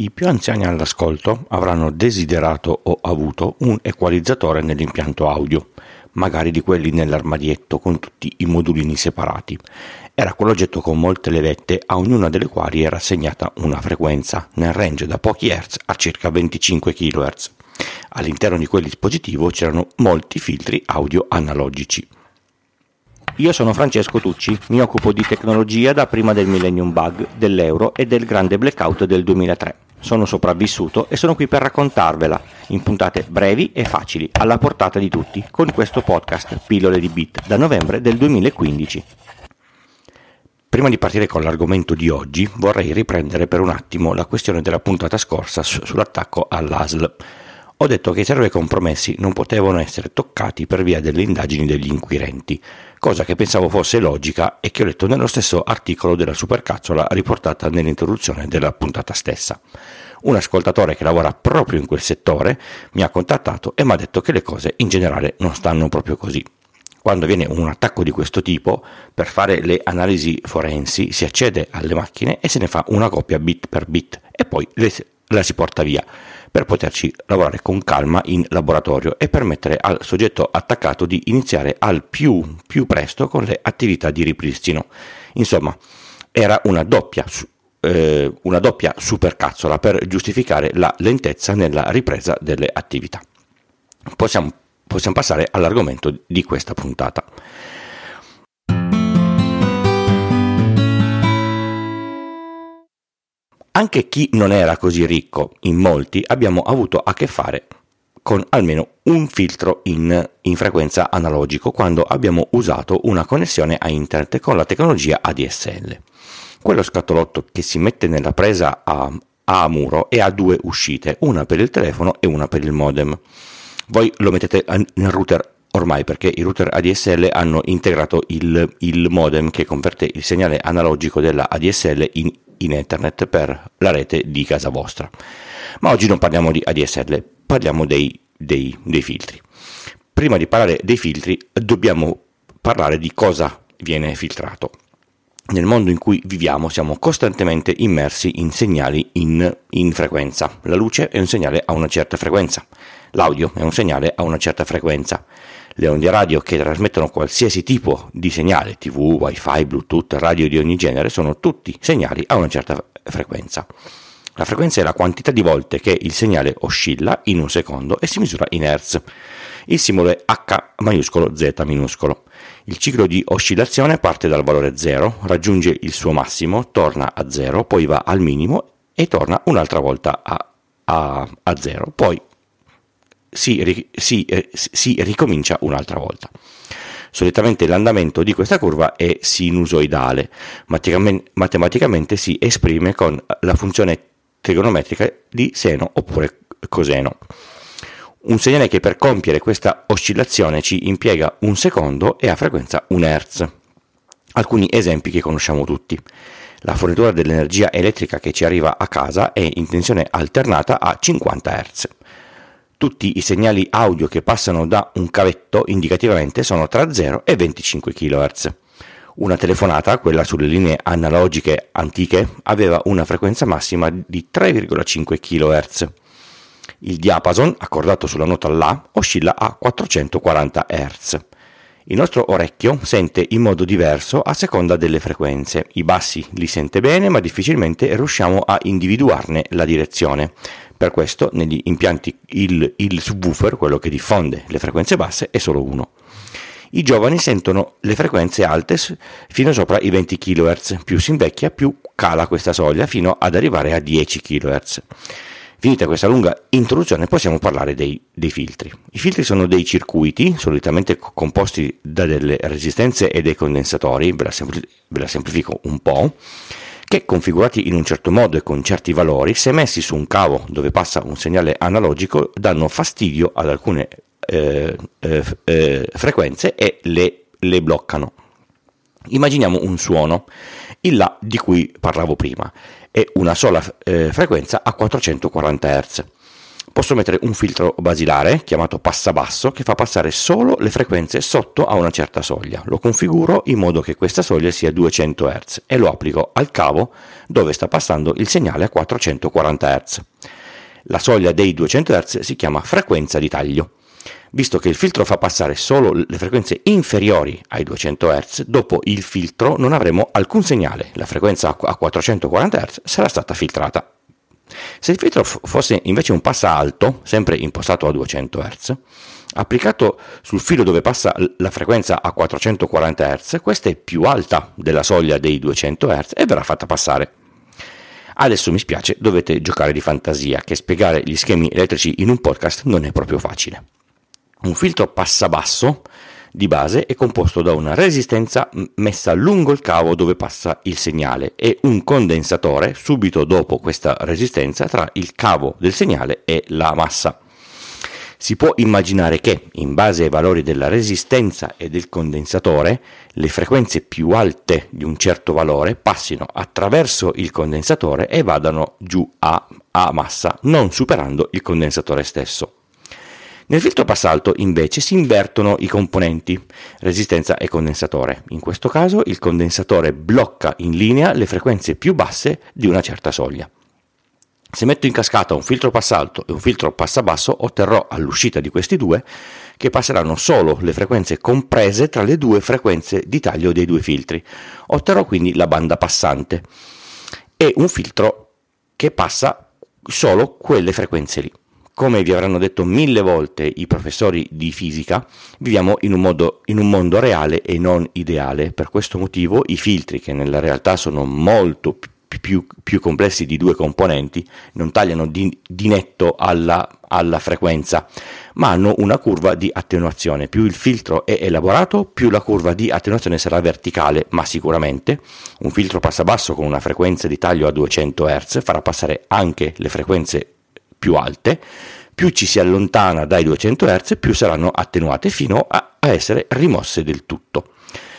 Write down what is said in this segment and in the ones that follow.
I più anziani all'ascolto avranno desiderato o avuto un equalizzatore nell'impianto audio, magari di quelli nell'armadietto con tutti i modulini separati. Era quell'oggetto con molte levette, a ognuna delle quali era assegnata una frequenza, nel range da pochi hertz a circa 25 kHz. All'interno di quel dispositivo c'erano molti filtri audio analogici. Io sono Francesco Tucci, mi occupo di tecnologia da prima del Millennium Bug, dell'euro e del grande blackout del 2003. Sono sopravvissuto e sono qui per raccontarvela, in puntate brevi e facili, alla portata di tutti, con questo podcast Pillole di Bit, da novembre del 2015. Prima di partire con l'argomento di oggi, vorrei riprendere per un attimo la questione della puntata scorsa sull'attacco all'ASL. Ho detto che i server compromessi non potevano essere toccati per via delle indagini degli inquirenti, cosa che pensavo fosse logica e che ho letto nello stesso articolo della supercazzola riportata nell'introduzione della puntata stessa. Un ascoltatore che lavora proprio in quel settore mi ha contattato e mi ha detto che le cose in generale non stanno proprio così. Quando viene un attacco di questo tipo, per fare le analisi forensi si accede alle macchine e se ne fa una copia bit per bit e poi la si porta via, per poterci lavorare con calma in laboratorio e permettere al soggetto attaccato di iniziare al più presto con le attività di ripristino. Insomma, era una doppia supercazzola per giustificare la lentezza nella ripresa delle attività. Possiamo passare all'argomento di questa puntata. Anche chi non era così ricco, in molti abbiamo avuto a che fare con almeno un filtro in frequenza analogico quando abbiamo usato una connessione a internet con la tecnologia ADSL. Quello scatolotto che si mette nella presa a muro e ha due uscite, una per il telefono e una per il modem. Voi lo mettete nel router ormai perché i router ADSL hanno integrato il modem che converte il segnale analogico della ADSL in Ethernet per la rete di casa vostra. Ma oggi non parliamo di ADSL, parliamo dei filtri. Prima di parlare dei filtri dobbiamo parlare di cosa viene filtrato. Nel mondo in cui viviamo siamo costantemente immersi in segnali in frequenza. La luce è un segnale a una certa frequenza, l'audio è un segnale a una certa frequenza. Le onde radio che trasmettono qualsiasi tipo di segnale, TV, wifi, bluetooth, radio di ogni genere, sono tutti segnali a una certa frequenza. La frequenza è la quantità di volte che il segnale oscilla in un secondo e si misura in hertz. Il simbolo è H maiuscolo Z minuscolo. Il ciclo di oscillazione parte dal valore 0, raggiunge il suo massimo, torna a 0, poi va al minimo e torna un'altra volta a 0, poi si ricomincia un'altra volta. Solitamente l'andamento di questa curva è sinusoidale, matematicamente si esprime con la funzione trigonometrica di seno oppure coseno. Un segnale che per compiere questa oscillazione ci impiega un secondo è a frequenza 1 Hz. Alcuni esempi che conosciamo tutti. La fornitura dell'energia elettrica che ci arriva a casa è in tensione alternata a 50 Hz. Tutti i segnali audio che passano da un cavetto indicativamente sono tra 0 e 25 kHz. Una telefonata, quella sulle linee analogiche antiche, aveva una frequenza massima di 3,5 kHz. Il diapason, accordato sulla nota La, oscilla a 440 Hz. Il nostro orecchio sente in modo diverso a seconda delle frequenze. I bassi li sente bene, ma difficilmente riusciamo a individuarne la direzione. Per questo negli impianti il subwoofer, quello che diffonde le frequenze basse, è solo uno. I giovani sentono le frequenze alte fino sopra i 20 kHz, più si invecchia più cala questa soglia fino ad arrivare a 10 kHz. Finita questa lunga introduzione possiamo parlare dei filtri. I filtri sono dei circuiti, solitamente composti da delle resistenze e dei condensatori, ve la semplifico un po', che configurati in un certo modo e con certi valori, se messi su un cavo dove passa un segnale analogico, danno fastidio ad alcune frequenze e le bloccano. Immaginiamo un suono, il La di cui parlavo prima, è una sola frequenza a 440 Hz. Posso mettere un filtro basilare chiamato passabasso che fa passare solo le frequenze sotto a una certa soglia. Lo configuro in modo che questa soglia sia 200 Hz e lo applico al cavo dove sta passando il segnale a 440 Hz. La soglia dei 200 Hz si chiama frequenza di taglio. Visto che il filtro fa passare solo le frequenze inferiori ai 200 Hz, dopo il filtro non avremo alcun segnale. La frequenza a 440 Hz sarà stata filtrata. Se il filtro fosse invece un passa alto, sempre impostato a 200 Hz, applicato sul filo dove passa la frequenza a 440 Hz, questa è più alta della soglia dei 200 Hz e verrà fatta passare. Adesso mi spiace, dovete giocare di fantasia, che spiegare gli schemi elettrici in un podcast non è proprio facile. Un filtro passabasso di base è composto da una resistenza messa lungo il cavo dove passa il segnale e un condensatore subito dopo questa resistenza tra il cavo del segnale e la massa. Si può immaginare che, in base ai valori della resistenza e del condensatore, le frequenze più alte di un certo valore passino attraverso il condensatore e vadano giù a massa, non superando il condensatore stesso. Nel filtro passalto invece si invertono i componenti, resistenza e condensatore. In questo caso il condensatore blocca in linea le frequenze più basse di una certa soglia. Se metto in cascata un filtro passalto e un filtro passabasso, otterrò all'uscita di questi due che passeranno solo le frequenze comprese tra le due frequenze di taglio dei due filtri. Otterrò quindi la banda passante e un filtro che passa solo quelle frequenze lì. Come vi avranno detto 1000 volte i professori di fisica, viviamo in un mondo reale e non ideale. Per questo motivo i filtri, che nella realtà sono molto più complessi di due componenti, non tagliano di netto alla frequenza, ma hanno una curva di attenuazione. Più il filtro è elaborato, più la curva di attenuazione sarà verticale, ma sicuramente un filtro passabasso con una frequenza di taglio a 200 Hz farà passare anche le frequenze più alte. Più ci si allontana dai 200 Hz, più saranno attenuate fino a essere rimosse del tutto.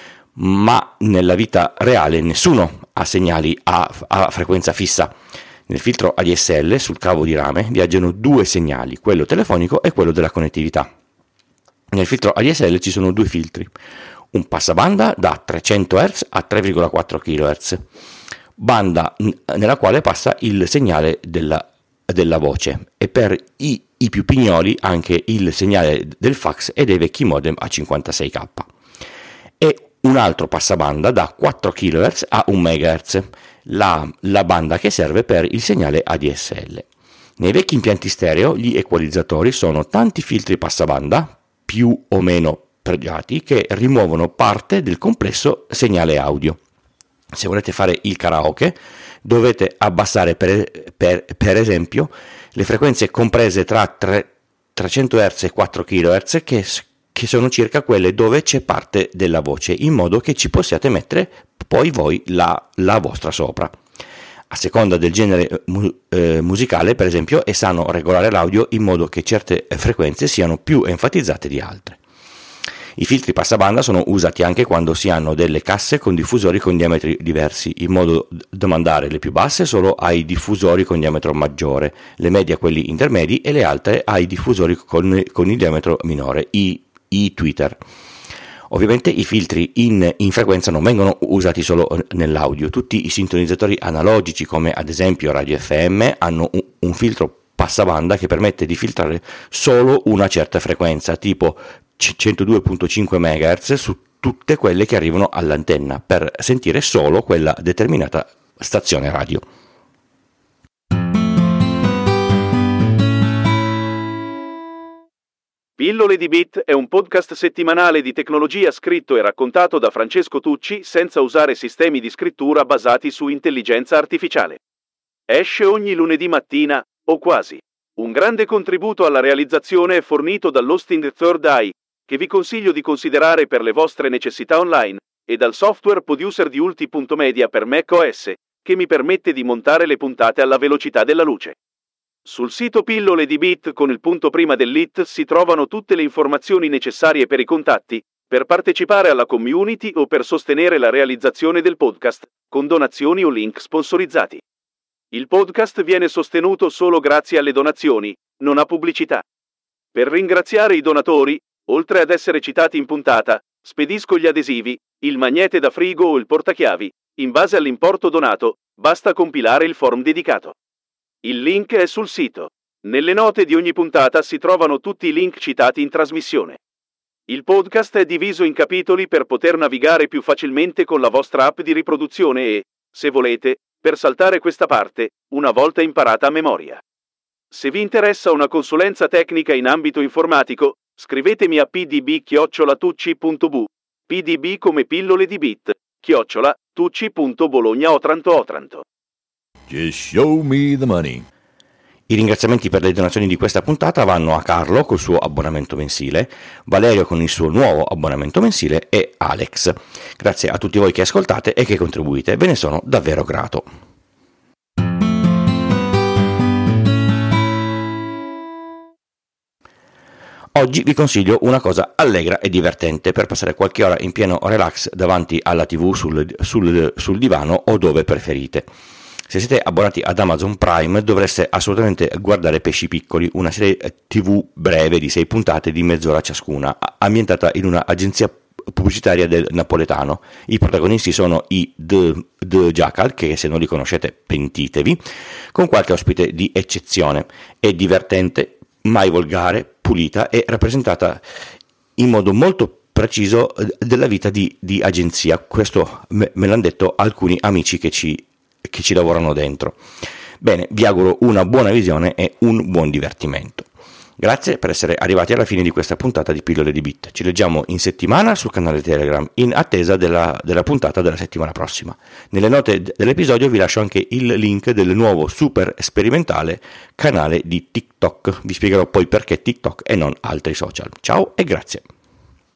Ma nella vita reale nessuno ha segnali a frequenza fissa. Nel filtro ADSL sul cavo di rame viaggiano due segnali, quello telefonico e quello della connettività. Nel filtro ADSL ci sono due filtri, un passabanda da 300 Hz a 3,4 kHz, banda nella quale passa il segnale della voce, e per i più pignoli anche il segnale del fax e dei vecchi modem a 56k, e un altro passabanda da 4 kHz a 1 MHz, la banda che serve per il segnale ADSL. Nei vecchi impianti stereo gli equalizzatori sono tanti filtri passabanda, più o meno pregiati, che rimuovono parte del complesso segnale audio. Se volete fare il karaoke dovete abbassare per esempio le frequenze comprese tra 300 Hz e 4 kHz che sono circa quelle dove c'è parte della voce, in modo che ci possiate mettere poi voi la vostra sopra. A seconda del genere musicale, per esempio, è sano regolare l'audio in modo che certe frequenze siano più enfatizzate di altre. I filtri passabanda sono usati anche quando si hanno delle casse con diffusori con diametri diversi, in modo da mandare le più basse solo ai diffusori con diametro maggiore, le medie a quelli intermedi e le altre ai diffusori con il diametro minore, i tweeter. Ovviamente i filtri in frequenza non vengono usati solo nell'audio. Tutti i sintonizzatori analogici, come ad esempio Radio FM, hanno un filtro passabanda che permette di filtrare solo una certa frequenza, tipo 102.5 MHz, su tutte quelle che arrivano all'antenna, per sentire solo quella determinata stazione radio. Pillole di Bit è un podcast settimanale di tecnologia scritto e raccontato da Francesco Tucci senza usare sistemi di scrittura basati su intelligenza artificiale. Esce ogni lunedì mattina, o quasi. Un grande contributo alla realizzazione è fornito dall'hosting Third Eye, che vi consiglio di considerare per le vostre necessità online, e dal software producer di Ulti.media per macOS, che mi permette di montare le puntate alla velocità della luce. Sul sito Pillole di Bit con il punto prima dell'it si trovano tutte le informazioni necessarie per i contatti, per partecipare alla community o per sostenere la realizzazione del podcast, con donazioni o link sponsorizzati. Il podcast viene sostenuto solo grazie alle donazioni, non a pubblicità. Per ringraziare i donatori, oltre ad essere citati in puntata, spedisco gli adesivi, il magnete da frigo o il portachiavi. In base all'importo donato, basta compilare il form dedicato. Il link è sul sito. Nelle note di ogni puntata si trovano tutti i link citati in trasmissione. Il podcast è diviso in capitoli per poter navigare più facilmente con la vostra app di riproduzione e, se volete, per saltare questa parte, una volta imparata a memoria. Se vi interessa una consulenza tecnica in ambito informatico, scrivetemi a pdb@tucci.bu, pdb come pillole di bit, @tucci.bologna-otranto. Just show me the money. I ringraziamenti per le donazioni di questa puntata vanno a Carlo col suo abbonamento mensile, Valerio con il suo nuovo abbonamento mensile e Alex. Grazie a tutti voi che ascoltate e che contribuite, ve ne sono davvero grato. Oggi vi consiglio una cosa allegra e divertente per passare qualche ora in pieno relax davanti alla TV sul divano o dove preferite. Se siete abbonati ad Amazon Prime dovreste assolutamente guardare Pesci Piccoli, una serie TV breve di 6 puntate di mezz'ora ciascuna, ambientata in una agenzia pubblicitaria del napoletano. I protagonisti sono i The Jackal, che se non li conoscete pentitevi, con qualche ospite di eccezione. È divertente, mai volgare, pulita e rappresentata in modo molto preciso della vita di agenzia. Questo me l'hanno detto alcuni amici che ci lavorano dentro. Bene, vi auguro una buona visione e un buon divertimento. Grazie per essere arrivati alla fine di questa puntata di Pillole di Bit. Ci leggiamo in settimana sul canale Telegram in attesa della puntata della settimana prossima. Nelle note dell'episodio vi lascio anche il link del nuovo super sperimentale canale di TikTok. Vi spiegherò poi perché TikTok e non altri social. Ciao e grazie.